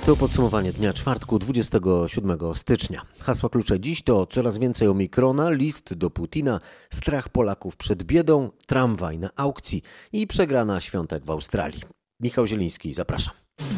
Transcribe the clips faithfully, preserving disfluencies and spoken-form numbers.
To podsumowanie dnia czwartku, dwudziestego siódmego stycznia. Hasła klucze dziś to coraz więcej omikrona, list do Putina, strach Polaków przed biedą, tramwaj na aukcji i przegrana świątek w Australii. Michał Zieliński, zapraszam.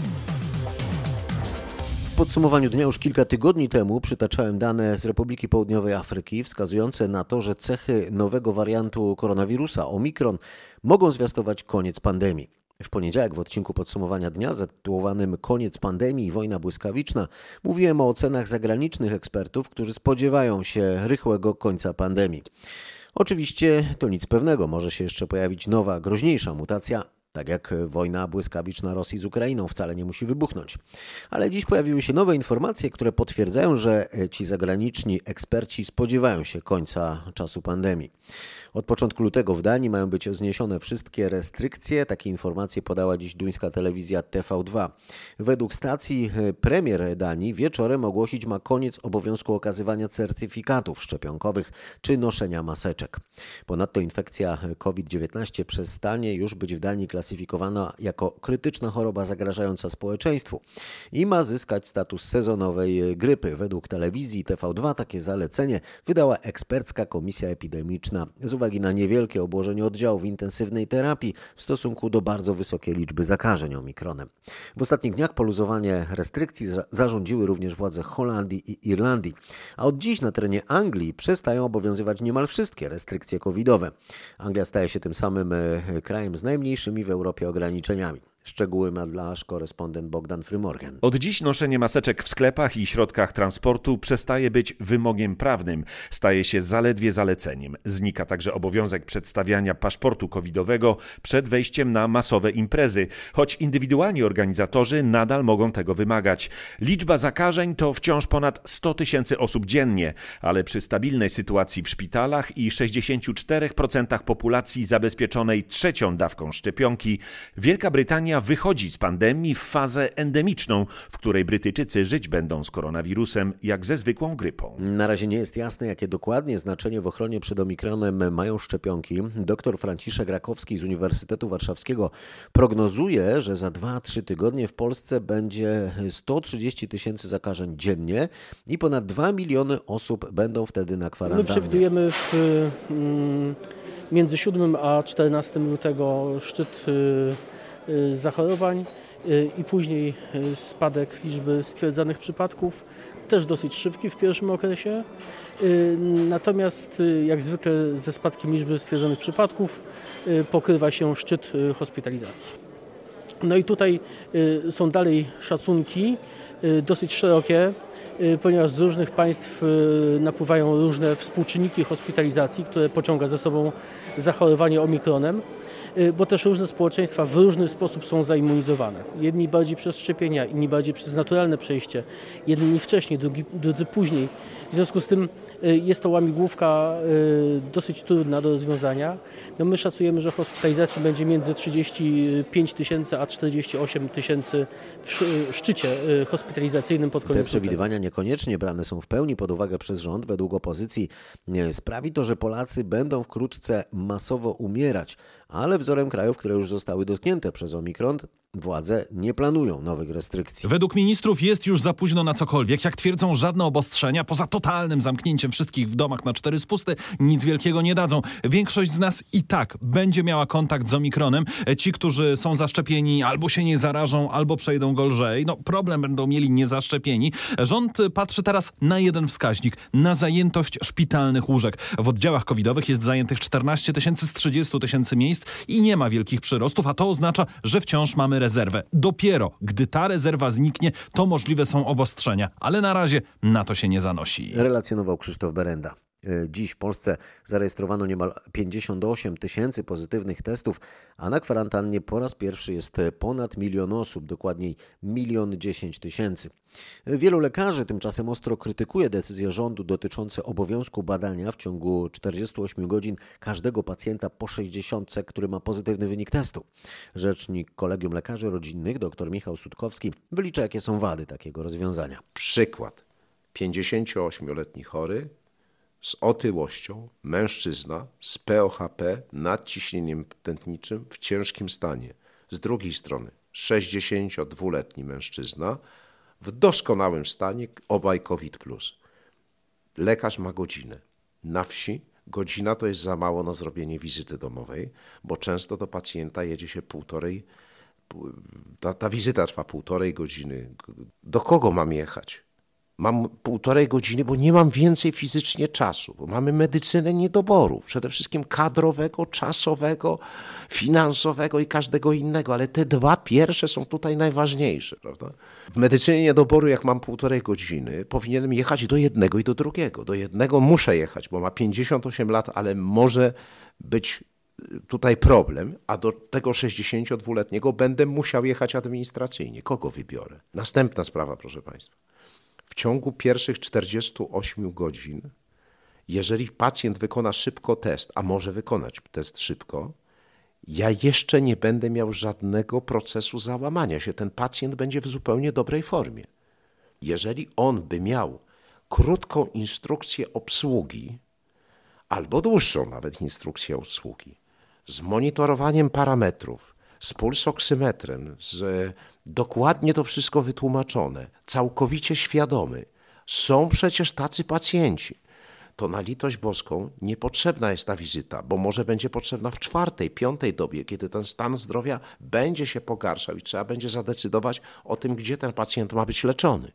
W podsumowaniu dnia już kilka tygodni temu przytaczałem dane z Republiki Południowej Afryki wskazujące na to, że cechy nowego wariantu koronawirusa Omikron mogą zwiastować koniec pandemii. W poniedziałek w odcinku podsumowania dnia zatytułowanym Koniec pandemii i wojna błyskawiczna mówiłem o ocenach zagranicznych ekspertów, którzy spodziewają się rychłego końca pandemii. Oczywiście to nic pewnego, może się jeszcze pojawić nowa, groźniejsza mutacja, tak jak wojna błyskawiczna Rosji z Ukrainą wcale nie musi wybuchnąć. Ale dziś pojawiły się nowe informacje, które potwierdzają, że ci zagraniczni eksperci spodziewają się końca czasu pandemii. Od początku lutego w Danii mają być zniesione wszystkie restrykcje. Takie informacje podała dziś duńska telewizja T V dwa. Według stacji premier Danii wieczorem ogłosić ma koniec obowiązku okazywania certyfikatów szczepionkowych czy noszenia maseczek. Ponadto infekcja COVID dziewiętnaście przestanie już być w Danii klasyfikowana jako krytyczna choroba zagrażająca społeczeństwu i ma zyskać status sezonowej grypy. Według telewizji T V dwa takie zalecenie wydała ekspercka komisja epidemiczna z uwagi na niewielkie obłożenie oddziałów intensywnej terapii w stosunku do bardzo wysokiej liczby zakażeń omikronem. W ostatnich dniach poluzowanie restrykcji zarządziły również władze Holandii i Irlandii, a od dziś na terenie Anglii przestają obowiązywać niemal wszystkie restrykcje covidowe. Anglia staje się tym samym krajem z najmniejszymi w Europie ograniczeniami. Szczegóły ma dla nasz korespondent Bogdan Frymorgan. Od dziś noszenie maseczek w sklepach i środkach transportu przestaje być wymogiem prawnym, staje się zaledwie zaleceniem. Znika także obowiązek przedstawiania paszportu covidowego przed wejściem na masowe imprezy, choć indywidualni organizatorzy nadal mogą tego wymagać. Liczba zakażeń to wciąż ponad sto tysięcy osób dziennie, ale przy stabilnej sytuacji w szpitalach i sześćdziesięciu czterech procentach populacji zabezpieczonej trzecią dawką szczepionki, Wielka Brytania wychodzi z pandemii w fazę endemiczną, w której Brytyjczycy żyć będą z koronawirusem jak ze zwykłą grypą. Na razie nie jest jasne, jakie dokładnie znaczenie w ochronie przed omikronem mają szczepionki. Doktor Franciszek Rakowski z Uniwersytetu Warszawskiego prognozuje, że za dwa trzy tygodnie w Polsce będzie sto trzydzieści tysięcy zakażeń dziennie i ponad dwa miliony osób będą wtedy na kwarantannie. My przewidujemy w, mm, między siódmym a czternastym lutego szczyt zachorowań i później spadek liczby stwierdzanych przypadków, też dosyć szybki w pierwszym okresie. Natomiast jak zwykle ze spadkiem liczby stwierdzonych przypadków pokrywa się szczyt hospitalizacji. No i tutaj są dalej szacunki dosyć szerokie, ponieważ z różnych państw napływają różne współczynniki hospitalizacji, które pociąga za sobą zachorowanie omikronem, bo też różne społeczeństwa w różny sposób są zaimmunizowane. Jedni bardziej przez szczepienia, inni bardziej przez naturalne przejście, jedni wcześniej, drugi, drudzy później. W związku z tym jest to łamigłówka dosyć trudna do rozwiązania. No my szacujemy, że hospitalizacji będzie między trzydzieści pięć tysięcy a czterdzieści osiem tysięcy w szczycie hospitalizacyjnym pod koniec Te przewidywania niekoniecznie brane są w pełni pod uwagę przez rząd. Według opozycji sprawi to, że Polacy będą wkrótce masowo umierać, ale wzorem krajów, które już zostały dotknięte przez Omikron, władze nie planują nowych restrykcji. Według ministrów jest już za późno na cokolwiek. Jak twierdzą, żadne obostrzenia, poza totalnym zamknięciem wszystkich w domach na cztery spusty, nic wielkiego nie dadzą. Większość z nas i tak będzie miała kontakt z Omikronem. Ci, którzy są zaszczepieni, albo się nie zarażą, albo przejdą go lżej. No, problem będą mieli niezaszczepieni. Rząd patrzy teraz na jeden wskaźnik, na zajętość szpitalnych łóżek. W oddziałach covidowych jest zajętych czternaście tysięcy z trzydziestu tysięcy miejsc i nie ma wielkich przyrostów, a to oznacza, że wciąż mamy rezerwę. Dopiero gdy ta rezerwa zniknie, to możliwe są obostrzenia, ale na razie na to się nie zanosi. Relacjonował Krzysztof Berenda. Dziś w Polsce zarejestrowano niemal pięćdziesiąt osiem tysięcy pozytywnych testów, a na kwarantannie po raz pierwszy jest ponad milion osób, dokładniej milion dziesięć tysięcy. Wielu lekarzy tymczasem ostro krytykuje decyzję rządu dotyczące obowiązku badania w ciągu czterdziestu ośmiu godzin każdego pacjenta po sześćdziesiątce, który ma pozytywny wynik testu. Rzecznik Kolegium Lekarzy Rodzinnych dr Michał Sutkowski wylicza, jakie są wady takiego rozwiązania. Przykład. pięćdziesięcioośmioletni chory z otyłością, mężczyzna z P O H P, nadciśnieniem tętniczym w ciężkim stanie. Z drugiej strony sześćdziesięciodwuletni mężczyzna w doskonałym stanie, obaj COVID plus. Lekarz ma godzinę. Na wsi godzina to jest za mało na zrobienie wizyty domowej, bo często do pacjenta jedzie się półtorej, ta, ta wizyta trwa półtorej godziny. Do kogo mam jechać? Mam półtorej godziny, bo nie mam więcej fizycznie czasu, bo mamy medycynę niedoboru, przede wszystkim kadrowego, czasowego, finansowego i każdego innego, ale te dwa pierwsze są tutaj najważniejsze, prawda? W medycynie niedoboru, jak mam półtorej godziny, powinienem jechać do jednego i do drugiego. Do jednego muszę jechać, bo ma pięćdziesiąt osiem lat, ale może być tutaj problem, a do tego sześćdziesięciodwuletniego będę musiał jechać administracyjnie. Kogo wybiorę? Następna sprawa, proszę Państwa. W ciągu pierwszych czterdziestu ośmiu godzin, jeżeli pacjent wykona szybko test, a może wykonać test szybko, ja jeszcze nie będę miał żadnego procesu załamania się. Ten pacjent będzie w zupełnie dobrej formie. Jeżeli on by miał krótką instrukcję obsługi, albo dłuższą nawet instrukcję obsługi, z monitorowaniem parametrów, z pulsoksymetrem, z dokładnie to wszystko wytłumaczone, całkowicie świadomy. Są przecież tacy pacjenci. To na litość boską niepotrzebna jest ta wizyta, bo może będzie potrzebna w czwartej, piątej dobie, kiedy ten stan zdrowia będzie się pogarszał i trzeba będzie zadecydować o tym, gdzie ten pacjent ma być leczony.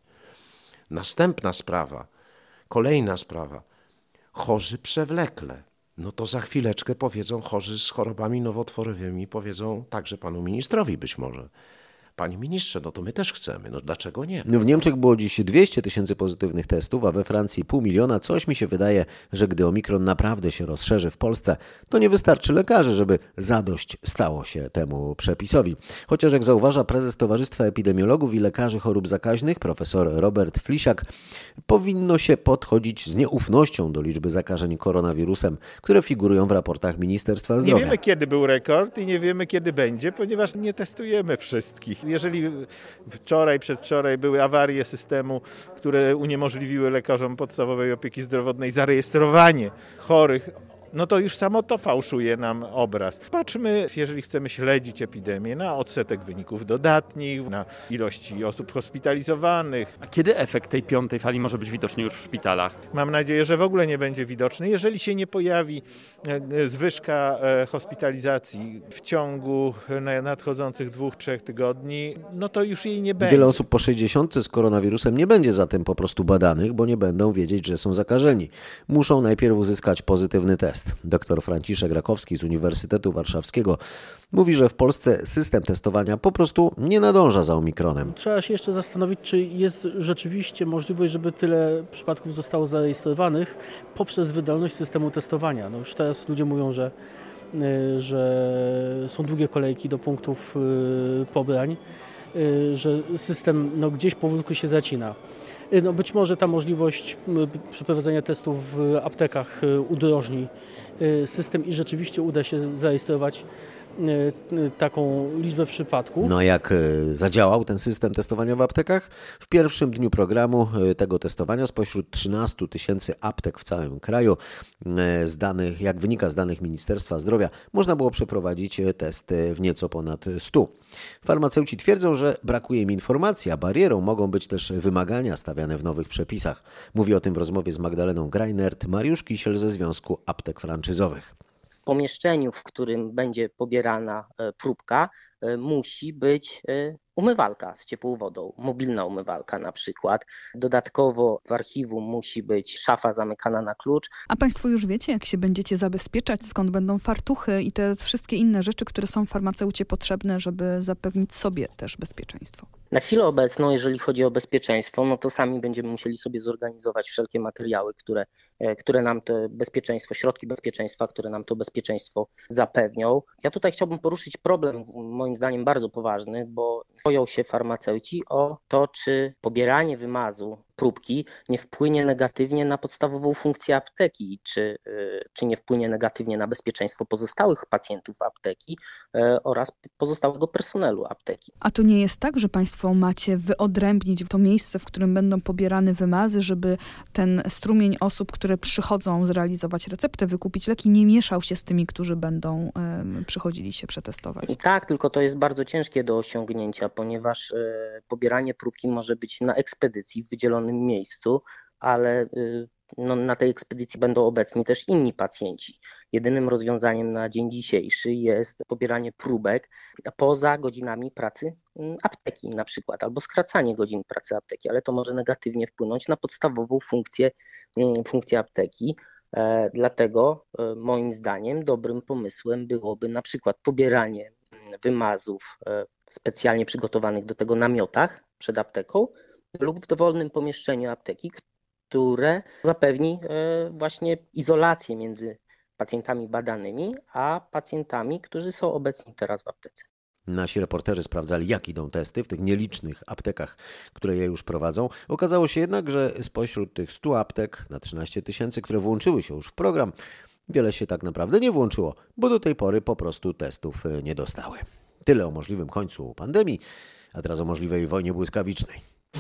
Następna sprawa, kolejna sprawa, chorzy przewlekle. No to za chwileczkę powiedzą chorzy z chorobami nowotworowymi, powiedzą także panu ministrowi być może. Panie ministrze, no to my też chcemy, no dlaczego nie? W Niemczech było dziś dwieście tysięcy pozytywnych testów, a we Francji pół miliona. Coś mi się wydaje, że gdy omikron naprawdę się rozszerzy w Polsce, to nie wystarczy lekarzy, żeby zadość stało się temu przepisowi. Chociaż jak zauważa prezes Towarzystwa Epidemiologów i Lekarzy Chorób Zakaźnych, profesor Robert Flisiak, powinno się podchodzić z nieufnością do liczby zakażeń koronawirusem, które figurują w raportach Ministerstwa Zdrowia. Nie wiemy, kiedy był rekord i nie wiemy, kiedy będzie, ponieważ nie testujemy wszystkich. Jeżeli wczoraj, przedwczoraj były awarie systemu, które uniemożliwiły lekarzom podstawowej opieki zdrowotnej zarejestrowanie chorych, no to już samo to fałszuje nam obraz. Patrzmy, jeżeli chcemy śledzić epidemię, na odsetek wyników dodatnich, na ilości osób hospitalizowanych. A kiedy efekt tej piątej fali może być widoczny już w szpitalach? Mam nadzieję, że w ogóle nie będzie widoczny. Jeżeli się nie pojawi zwyżka hospitalizacji w ciągu nadchodzących dwóch, trzech tygodni, no to już jej nie będzie. Wiele osób po sześćdziesiątce z koronawirusem nie będzie zatem po prostu badanych, bo nie będą wiedzieć, że są zakażeni. Muszą najpierw uzyskać pozytywny test. Doktor Franciszek Rakowski z Uniwersytetu Warszawskiego mówi, że w Polsce system testowania po prostu nie nadąża za omikronem. Trzeba się jeszcze zastanowić, czy jest rzeczywiście możliwość, żeby tyle przypadków zostało zarejestrowanych poprzez wydolność systemu testowania. No już teraz ludzie mówią, że, że są długie kolejki do punktów pobrań, że system no, gdzieś powolutku się zacina. No, być może ta możliwość przeprowadzenia testów w aptekach udrożni system i rzeczywiście uda się zarejestrować taką liczbę przypadków. No jak zadziałał ten system testowania w aptekach? W pierwszym dniu programu tego testowania spośród trzynastu tysięcy aptek w całym kraju, z danych, jak wynika z danych Ministerstwa Zdrowia, można było przeprowadzić testy w nieco ponad stu. Farmaceuci twierdzą, że brakuje im informacji, a barierą mogą być też wymagania stawiane w nowych przepisach. Mówi o tym w rozmowie z Magdaleną Greinert Mariusz Kisiel ze Związku Aptek Franczyzowych. W pomieszczeniu, w którym będzie pobierana próbka, musi być umywalka z ciepłą wodą, mobilna umywalka na przykład. Dodatkowo w archiwum musi być szafa zamykana na klucz. A Państwo już wiecie, jak się będziecie zabezpieczać, skąd będą fartuchy i te wszystkie inne rzeczy, które są farmaceucie potrzebne, żeby zapewnić sobie też bezpieczeństwo? Na chwilę obecną, jeżeli chodzi o bezpieczeństwo, no to sami będziemy musieli sobie zorganizować wszelkie materiały, które, które nam to bezpieczeństwo, środki bezpieczeństwa, które nam to bezpieczeństwo zapewnią. Ja tutaj chciałbym poruszyć problem, moim zdaniem bardzo poważny, bo boją się farmaceuci o to, czy pobieranie wymazu próbki nie wpłynie negatywnie na podstawową funkcję apteki, czy, czy nie wpłynie negatywnie na bezpieczeństwo pozostałych pacjentów apteki oraz pozostałego personelu apteki. A to nie jest tak, że Państwo macie wyodrębnić to miejsce, w którym będą pobierane wymazy, żeby ten strumień osób, które przychodzą zrealizować receptę, wykupić leki, nie mieszał się z tymi, którzy będą y, przychodzili się przetestować? Tak, tylko to jest bardzo ciężkie do osiągnięcia, ponieważ y, pobieranie próbki może być na ekspedycji w wydzielonym miejscu, ale y, no, na tej ekspedycji będą obecni też inni pacjenci. Jedynym rozwiązaniem na dzień dzisiejszy jest pobieranie próbek poza godzinami pracy apteki na przykład, albo skracanie godzin pracy apteki, ale to może negatywnie wpłynąć na podstawową funkcję, funkcję apteki. Dlatego moim zdaniem dobrym pomysłem byłoby na przykład pobieranie wymazów w specjalnie przygotowanych do tego namiotach przed apteką lub w dowolnym pomieszczeniu apteki, które zapewni właśnie izolację między pacjentami badanymi a pacjentami, którzy są obecni teraz w aptece. Nasi reporterzy sprawdzali, jak idą testy w tych nielicznych aptekach, które je już prowadzą. Okazało się jednak, że spośród tych stu aptek na trzynaście tysięcy, które włączyły się już w program, wiele się tak naprawdę nie włączyło, bo do tej pory po prostu testów nie dostały. Tyle o możliwym końcu pandemii, a teraz o możliwej wojnie błyskawicznej.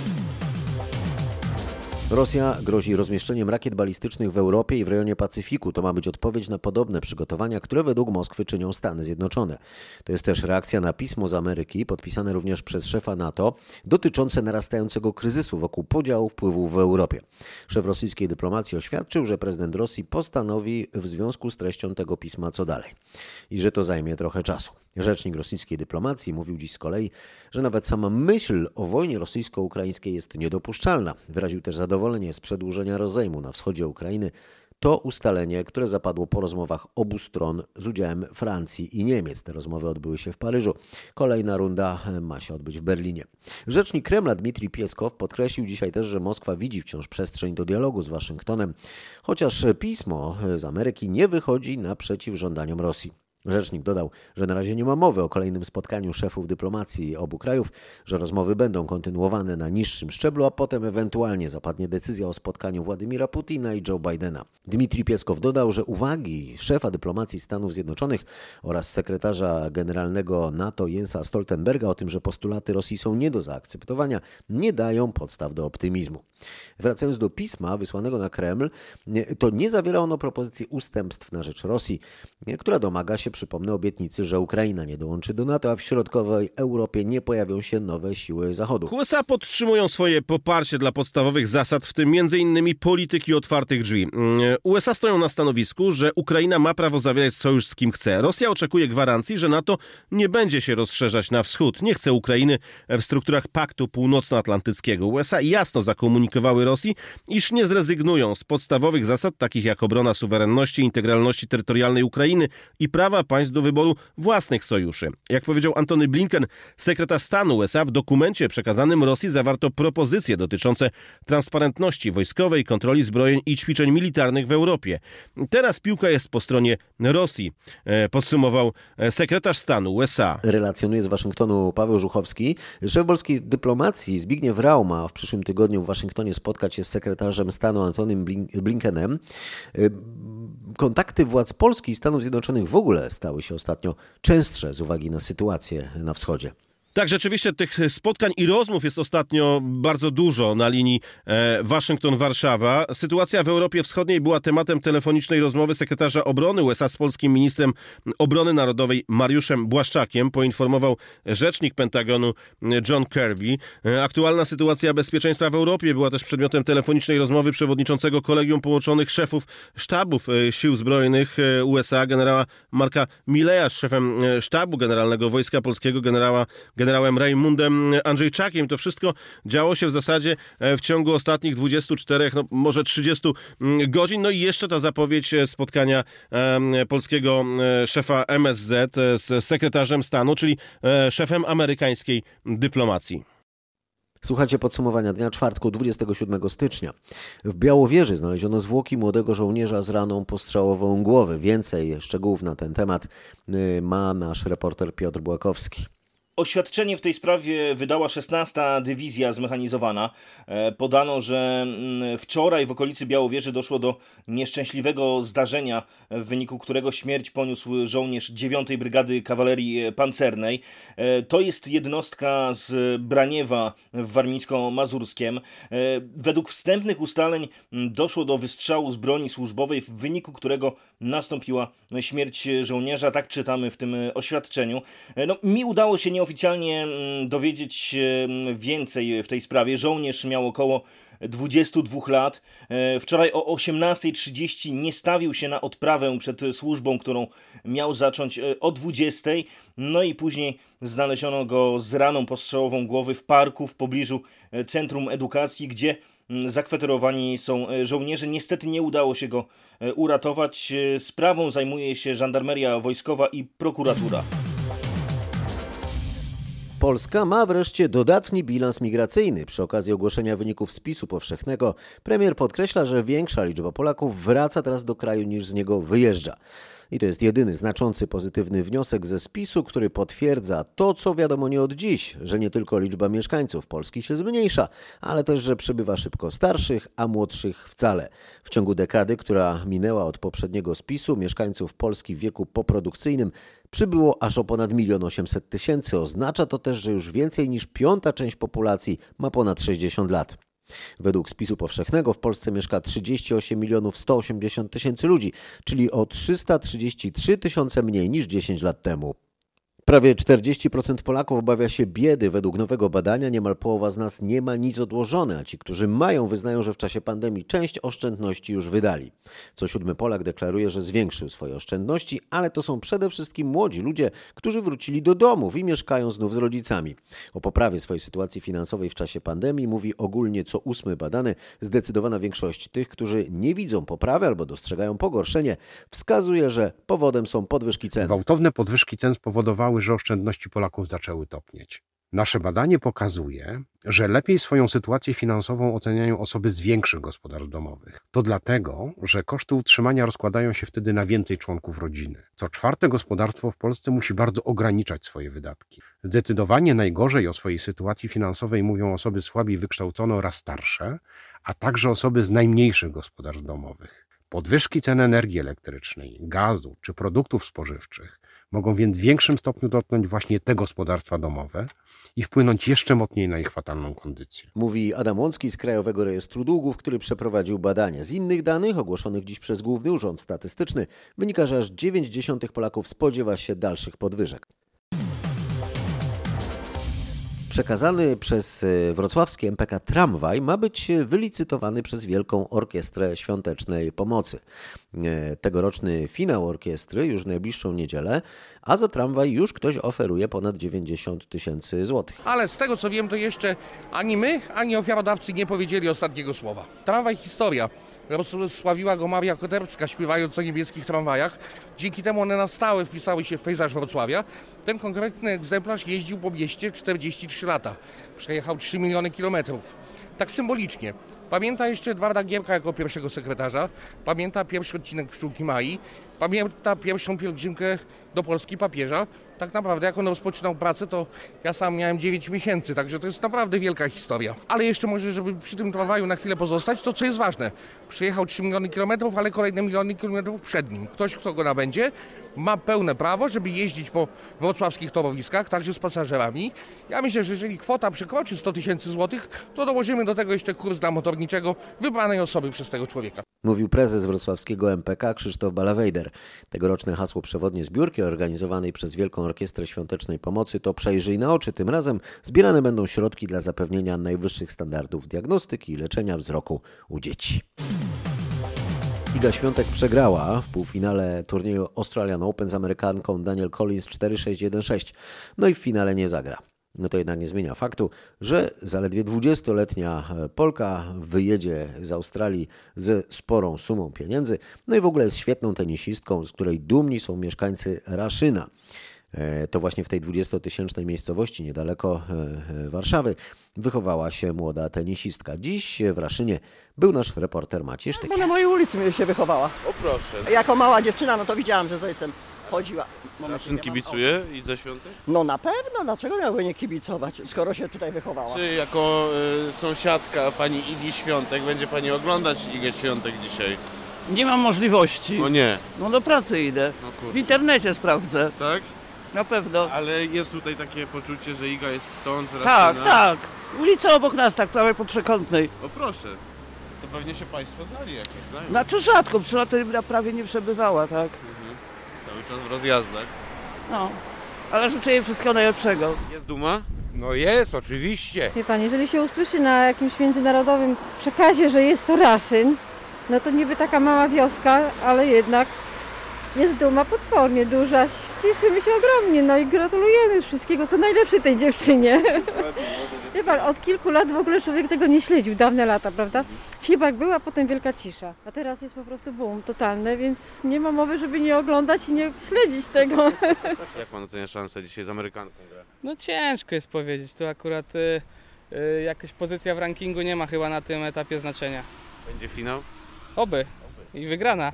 Rosja grozi rozmieszczeniem rakiet balistycznych w Europie i w rejonie Pacyfiku. To ma być odpowiedź na podobne przygotowania, które według Moskwy czynią Stany Zjednoczone. To jest też reakcja na pismo z Ameryki, podpisane również przez szefa NATO, dotyczące narastającego kryzysu wokół podziału wpływów w Europie. Szef rosyjskiej dyplomacji oświadczył, że prezydent Rosji postanowi w związku z treścią tego pisma co dalej i że to zajmie trochę czasu. Rzecznik rosyjskiej dyplomacji mówił dziś z kolei, że nawet sama myśl o wojnie rosyjsko-ukraińskiej jest niedopuszczalna. Wyraził też zadowolenie z przedłużenia rozejmu na wschodzie Ukrainy. To ustalenie, które zapadło po rozmowach obu stron z udziałem Francji i Niemiec. Te rozmowy odbyły się w Paryżu. Kolejna runda ma się odbyć w Berlinie. Rzecznik Kremla Dmitrij Pieskow podkreślił dzisiaj też, że Moskwa widzi wciąż przestrzeń do dialogu z Waszyngtonem, chociaż pismo z Ameryki nie wychodzi naprzeciw żądaniom Rosji. Rzecznik dodał, że na razie nie ma mowy o kolejnym spotkaniu szefów dyplomacji obu krajów, że rozmowy będą kontynuowane na niższym szczeblu, a potem ewentualnie zapadnie decyzja o spotkaniu Władimira Putina i Joe Bidena. Dmitrij Pieskow dodał, że uwagi szefa dyplomacji Stanów Zjednoczonych oraz sekretarza generalnego NATO Jensa Stoltenberga o tym, że postulaty Rosji są nie do zaakceptowania, nie dają podstaw do optymizmu. Wracając do pisma wysłanego na Kreml, to nie zawiera ono propozycji ustępstw na rzecz Rosji, która domaga się, przypomnę, obietnicy, że Ukraina nie dołączy do NATO, a w środkowej Europie nie pojawią się nowe siły Zachodu. U S A podtrzymują swoje poparcie dla podstawowych zasad, w tym między innymi polityki otwartych drzwi. U S A stoją na stanowisku, że Ukraina ma prawo zawierać sojusz z kim chce. Rosja oczekuje gwarancji, że NATO nie będzie się rozszerzać na wschód. Nie chce Ukrainy w strukturach Paktu Północnoatlantyckiego. U S A jasno zakomunikowały Rosji, iż nie zrezygnują z podstawowych zasad, takich jak obrona suwerenności, integralności terytorialnej Ukrainy i prawa państw do wyboru własnych sojuszy. Jak powiedział Antony Blinken, sekretarz stanu U S A, w dokumencie przekazanym Rosji zawarto propozycje dotyczące transparentności wojskowej, kontroli zbrojeń i ćwiczeń militarnych w Europie. Teraz piłka jest po stronie Rosji, podsumował sekretarz stanu U S A. Relacjonuje z Waszyngtonu Paweł Żuchowski. Szef polskiej dyplomacji Zbigniew Rau ma w przyszłym tygodniu w Waszyngtonie spotkać się z sekretarzem stanu Antonym Blinkenem. Kontakty władz Polski i Stanów Zjednoczonych w ogóle stały się ostatnio częstsze z uwagi na sytuację na wschodzie. Tak, rzeczywiście tych spotkań i rozmów jest ostatnio bardzo dużo na linii e, Waszyngton-Warszawa. Sytuacja w Europie Wschodniej była tematem telefonicznej rozmowy sekretarza obrony U S A z polskim ministrem obrony narodowej Mariuszem Błaszczakiem, poinformował rzecznik Pentagonu John Kirby. E, aktualna sytuacja bezpieczeństwa w Europie była też przedmiotem telefonicznej rozmowy przewodniczącego Kolegium Połączonych Szefów Sztabów e, Sił Zbrojnych e, U S A generała Marka Milleya z szefem e, Sztabu Generalnego Wojska Polskiego generała generałem Rajmundem Andrzejczakiem. To wszystko działo się w zasadzie w ciągu ostatnich dwudziestu czterech, no może trzydziestu godzin. No i jeszcze ta zapowiedź spotkania polskiego szefa M S Z z sekretarzem stanu, czyli szefem amerykańskiej dyplomacji. Słuchajcie podsumowania dnia czwartku, dwudziestego siódmego stycznia. W Białowieży znaleziono zwłoki młodego żołnierza z raną postrzałową głowy. Więcej szczegółów na ten temat ma nasz reporter Piotr Błakowski. Oświadczenie w tej sprawie wydała szesnasta Dywizja Zmechanizowana. Podano, że wczoraj w okolicy Białowieży doszło do nieszczęśliwego zdarzenia, w wyniku którego śmierć poniósł żołnierz dziewiątej Brygady Kawalerii Pancernej. To jest jednostka z Braniewa w Warmińsko-Mazurskiem. Według wstępnych ustaleń doszło do wystrzału z broni służbowej, w wyniku którego nastąpiła śmierć żołnierza. Tak czytamy w tym oświadczeniu. No, mi udało się nieoficjalnie dowiedzieć się więcej w tej sprawie. Żołnierz miał około dwudziestu dwóch lat. Wczoraj o osiemnastej trzydzieści nie stawił się na odprawę przed służbą, którą miał zacząć o dwudziestej. No i później znaleziono go z raną postrzałową głowy w parku w pobliżu Centrum Edukacji, gdzie zakwaterowani są żołnierze. Niestety nie udało się go uratować. Sprawą zajmuje się Żandarmeria Wojskowa i prokuratura. Polska ma wreszcie dodatni bilans migracyjny. Przy okazji ogłoszenia wyników spisu powszechnego premier podkreśla, że większa liczba Polaków wraca teraz do kraju niż z niego wyjeżdża. I to jest jedyny znaczący pozytywny wniosek ze spisu, który potwierdza to, co wiadomo nie od dziś, że nie tylko liczba mieszkańców Polski się zmniejsza, ale też, że przybywa szybko starszych, a młodszych wcale. W ciągu dekady, która minęła od poprzedniego spisu, mieszkańców Polski w wieku poprodukcyjnym przybyło aż o ponad milion osiemset tysięcy. Oznacza to też, że już więcej niż piąta część populacji ma ponad sześćdziesiąt lat. Według spisu powszechnego w Polsce mieszka trzydzieści osiem milionów sto osiemdziesiąt tysięcy ludzi, czyli o trzysta trzydzieści trzy tysiące mniej niż dziesięć lat temu. Prawie czterdzieści procent Polaków obawia się biedy. Według nowego badania niemal połowa z nas nie ma nic odłożone, a ci, którzy mają, wyznają, że w czasie pandemii część oszczędności już wydali. Co siódmy Polak deklaruje, że zwiększył swoje oszczędności, ale to są przede wszystkim młodzi ludzie, którzy wrócili do domów i mieszkają znów z rodzicami. O poprawie swojej sytuacji finansowej w czasie pandemii mówi ogólnie co ósmy badany. Zdecydowana większość tych, którzy nie widzą poprawy albo dostrzegają pogorszenie, wskazuje, że powodem są podwyżki cen. Gwałtowne podwyżki cen spowodowały, że oszczędności Polaków zaczęły topnieć. Nasze badanie pokazuje, że lepiej swoją sytuację finansową oceniają osoby z większych gospodarstw domowych. To dlatego, że koszty utrzymania rozkładają się wtedy na więcej członków rodziny. Co czwarte gospodarstwo w Polsce musi bardzo ograniczać swoje wydatki. Zdecydowanie najgorzej o swojej sytuacji finansowej mówią osoby słabiej wykształcone oraz starsze, a także osoby z najmniejszych gospodarstw domowych. Podwyżki cen energii elektrycznej, gazu czy produktów spożywczych mogą więc w większym stopniu dotknąć właśnie te gospodarstwa domowe i wpłynąć jeszcze mocniej na ich fatalną kondycję. Mówi Adam Łącki z Krajowego Rejestru Długów, który przeprowadził badania. Z innych danych ogłoszonych dziś przez Główny Urząd Statystyczny wynika, że aż dziewięć dziesiątych Polaków spodziewa się dalszych podwyżek. Przekazany przez wrocławskie M P K tramwaj ma być wylicytowany przez Wielką Orkiestrę Świątecznej Pomocy. Tegoroczny finał orkiestry już w najbliższą niedzielę, a za tramwaj już ktoś oferuje ponad dziewięćdziesiąt tysięcy złotych. Ale z tego co wiem, to jeszcze ani my, ani ofiarodawcy nie powiedzieli ostatniego słowa. Tramwaj historia. Rozsławiła go Maria Koterbska, śpiewając o niebieskich tramwajach. Dzięki temu one na stałe wpisały się w pejzaż Wrocławia. Ten konkretny egzemplarz jeździł po mieście czterdzieści trzy lata. Przejechał trzy miliony kilometrów. Tak symbolicznie. Pamięta jeszcze Edwarda Gierka jako pierwszego sekretarza. Pamięta pierwszy odcinek Pszczółki Mai. Pamięta pierwszą pielgrzymkę do Polski papieża. Tak naprawdę jak on rozpoczynał pracę, to ja sam miałem dziewięć miesięcy, także to jest naprawdę wielka historia. Ale jeszcze może, żeby przy tym tramwaju na chwilę pozostać, to co jest ważne. Przejechał trzy miliony kilometrów, ale kolejne miliony kilometrów przed nim. Ktoś, kto go nabędzie, ma pełne prawo, żeby jeździć po wrocławskich torowiskach, także z pasażerami. Ja myślę, że jeżeli kwota przekroczy sto tysięcy złotych, to dołożymy do tego jeszcze kurs dla motorniczego wybranej osoby przez tego człowieka. Mówił prezes wrocławskiego M P K Krzysztof Balawejder. Tegoroczne hasło przewodnie zbiórki organizowanej przez Wielką Orkiestrę Świątecznej Pomocy to przejrzyj na oczy. Tym razem zbierane będą środki dla zapewnienia najwyższych standardów diagnostyki i leczenia wzroku u dzieci. Iga Świątek przegrała w półfinale turnieju Australian Open z Amerykanką Danielle Collins cztery sześć jeden sześć. No i w finale nie zagra. No to jednak nie zmienia faktu, że zaledwie dwudziestoletnia Polka wyjedzie z Australii ze sporą sumą pieniędzy. No i w ogóle jest świetną tenisistką, z której dumni są mieszkańcy Raszyna. To właśnie w tej dwudziestotysięcznej miejscowości niedaleko Warszawy wychowała się młoda tenisistka. Dziś w Raszynie był nasz reporter Maciej Sztykiel. Bo na mojej ulicy mnie się wychowała. O proszę. Jako mała dziewczyna, no to widziałam, że z ojcem chodziła. A syn kibicuje Idze Świątek? No na pewno, dlaczego miałby nie kibicować, skoro się tutaj wychowała? Czy jako y, sąsiadka pani Igi Świątek będzie pani oglądać Igę Świątek dzisiaj? Nie mam możliwości. No nie. No do pracy idę. No w internecie sprawdzę. Tak? Na pewno. Ale jest tutaj takie poczucie, że Iga jest stąd, z Tak, Raszyna. tak. Ulica obok nas, tak prawie po Trzekątnej. O proszę. To pewnie się państwo znali jakieś, znają? Znaczy rzadko, przy laty prawie nie przebywała, tak? Mhm. Cały czas w rozjazdach. No. Ale życzę jej wszystkiego najlepszego. Jest duma? No jest, oczywiście. Wie pan, jeżeli się usłyszy na jakimś międzynarodowym przekazie, że jest to Raszyn, no to niby taka mała wioska, ale jednak jest duma potwornie duża. Cieszymy się ogromnie, no i gratulujemy wszystkiego, co najlepsze tej dziewczynie. Wie pan, od kilku lat w ogóle człowiek tego nie śledził, dawne lata, prawda? Chibak była, potem wielka cisza, a teraz jest po prostu boom totalny, więc nie ma mowy, żeby nie oglądać i nie śledzić tego. Jak pan ocenia szansę dzisiaj z Amerykanką? No ciężko jest powiedzieć, to akurat y, y, jakaś pozycja w rankingu nie ma chyba na tym etapie znaczenia. Będzie finał? Oby. I wygrana.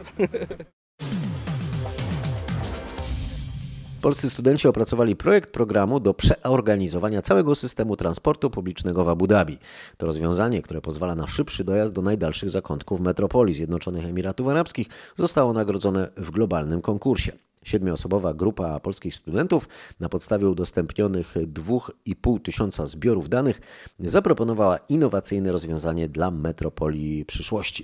Polscy studenci opracowali projekt programu do przeorganizowania całego systemu transportu publicznego w Abu Dhabi. To rozwiązanie, które pozwala na szybszy dojazd do najdalszych zakątków metropolii Zjednoczonych Emiratów Arabskich, zostało nagrodzone w globalnym konkursie. Siedmioosobowa grupa polskich studentów na podstawie udostępnionych dwóch i pół tysiąca zbiorów danych zaproponowała innowacyjne rozwiązanie dla metropolii przyszłości.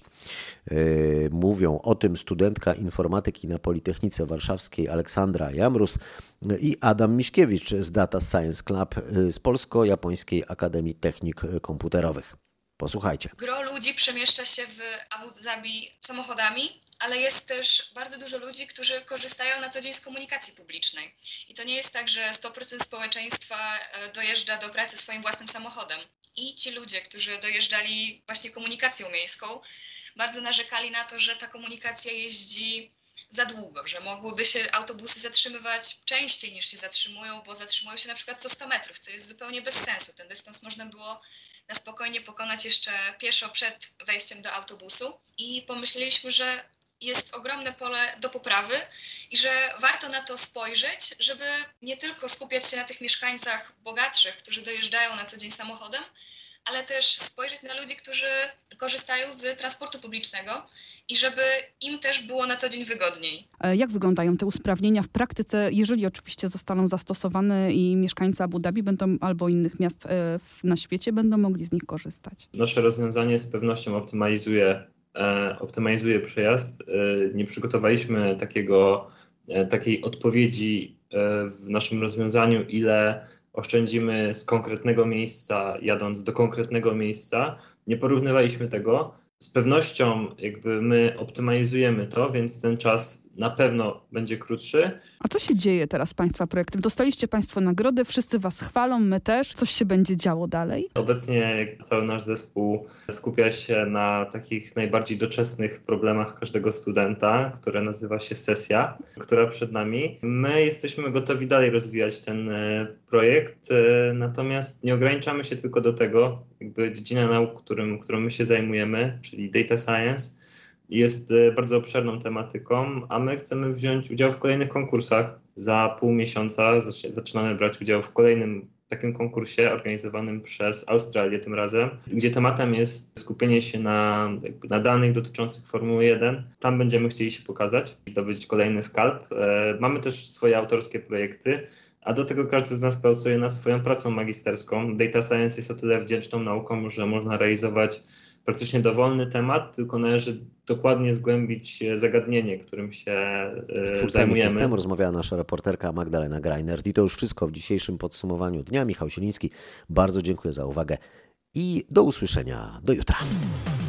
Yy, mówią o tym studentka informatyki na Politechnice Warszawskiej Aleksandra Jamrus i Adam Miśkiewicz z Data Science Club z Polsko-Japońskiej Akademii Technik Komputerowych. Posłuchajcie. Gro ludzi przemieszcza się w Abu Dhabi samochodami, ale jest też bardzo dużo ludzi, którzy korzystają na co dzień z komunikacji publicznej. I to nie jest tak, że sto procent społeczeństwa dojeżdża do pracy swoim własnym samochodem. I ci ludzie, którzy dojeżdżali właśnie komunikacją miejską, bardzo narzekali na to, że ta komunikacja jeździ za długo, że mogłyby się autobusy zatrzymywać częściej niż się zatrzymują, bo zatrzymują się na przykład co sto metrów, co jest zupełnie bez sensu. Ten dystans można było na spokojnie pokonać jeszcze pieszo przed wejściem do autobusu i pomyśleliśmy, że jest ogromne pole do poprawy i że warto na to spojrzeć, żeby nie tylko skupiać się na tych mieszkańcach bogatszych, którzy dojeżdżają na co dzień samochodem, ale też spojrzeć na ludzi, którzy korzystają z transportu publicznego i żeby im też było na co dzień wygodniej. Jak wyglądają te usprawnienia w praktyce, jeżeli oczywiście zostaną zastosowane i mieszkańcy Abu Dhabi będą albo innych miast na świecie będą mogli z nich korzystać? Nasze rozwiązanie z pewnością optymalizuje, e, optymalizuje przejazd. E, nie przygotowaliśmy takiego, e, takiej odpowiedzi e, w naszym rozwiązaniu, ile oszczędzimy z konkretnego miejsca, jadąc do konkretnego miejsca. Nie porównywaliśmy tego. Z pewnością jakby my optymalizujemy to, więc ten czas na pewno będzie krótszy. A co się dzieje teraz z Państwa projektem? Dostaliście Państwo nagrody, wszyscy Was chwalą, my też. Coś się będzie działo dalej? Obecnie cały nasz zespół skupia się na takich najbardziej doczesnych problemach każdego studenta, które nazywa się sesja, która przed nami. My jesteśmy gotowi dalej rozwijać ten projekt, natomiast nie ograniczamy się tylko do tego. Jakby dziedzina nauk, którym, którą my się zajmujemy, czyli data science, jest bardzo obszerną tematyką, a my chcemy wziąć udział w kolejnych konkursach. Za pół miesiąca zaczynamy brać udział w kolejnym takim konkursie organizowanym przez Australię tym razem, gdzie tematem jest skupienie się na, jakby na danych dotyczących Formuły jeden. Tam będziemy chcieli się pokazać i zdobyć kolejny skalp. Mamy też swoje autorskie projekty, a do tego każdy z nas pracuje nad swoją pracą magisterską. Data Science jest o tyle wdzięczną nauką, że można realizować praktycznie dowolny temat, tylko należy dokładnie zgłębić zagadnienie, którym się Z twórcami zajmujemy. systemu rozmawiała nasza reporterka Magdalena Greinert. I to już wszystko w dzisiejszym podsumowaniu dnia. Michał Sieliński, bardzo dziękuję za uwagę i do usłyszenia do jutra.